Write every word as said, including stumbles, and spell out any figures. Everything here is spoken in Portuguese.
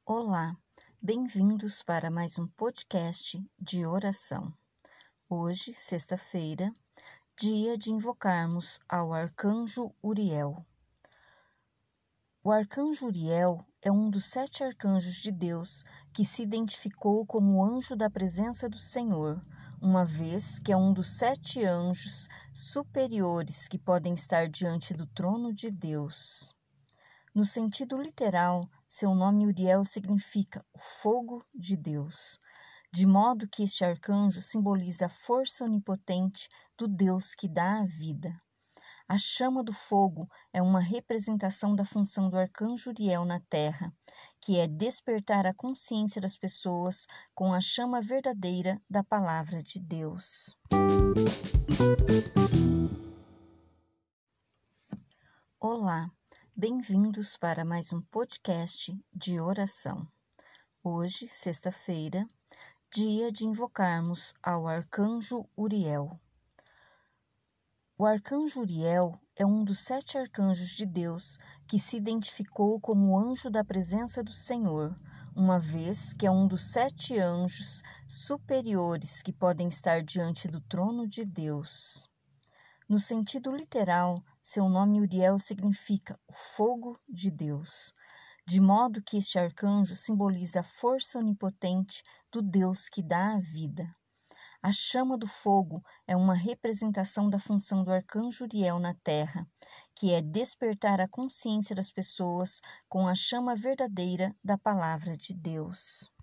Olá, bem-vindos para mais um podcast de oração. Hoje, sexta-feira, dia de invocarmos ao Arcanjo Uriel. O Arcanjo Uriel é um dos sete arcanjos de Deus que se identificou como anjo da presença do Senhor, uma vez que é um dos sete anjos superiores que podem estar diante do trono de Deus. No sentido literal, seu nome Uriel significa o fogo de Deus, de modo que este arcanjo simboliza a força onipotente do Deus que dá a vida. A chama do fogo é uma representação da função do arcanjo Uriel na terra, que é despertar a consciência das pessoas com a chama verdadeira da palavra de Deus. Olá, bem-vindos para mais um podcast de oração. Hoje, sexta-feira, dia de invocarmos ao Arcanjo Uriel. O Arcanjo Uriel é um dos sete arcanjos de Deus que se identificou como anjo da presença do Senhor, uma vez que é um dos sete anjos superiores que podem estar diante do trono de Deus. No sentido literal, seu nome Uriel significa o fogo de Deus, de modo que este arcanjo simboliza a força onipotente do Deus que dá a vida. A chama do fogo é uma representação da função do arcanjo Uriel na terra, que é despertar a consciência das pessoas com a chama verdadeira da palavra de Deus.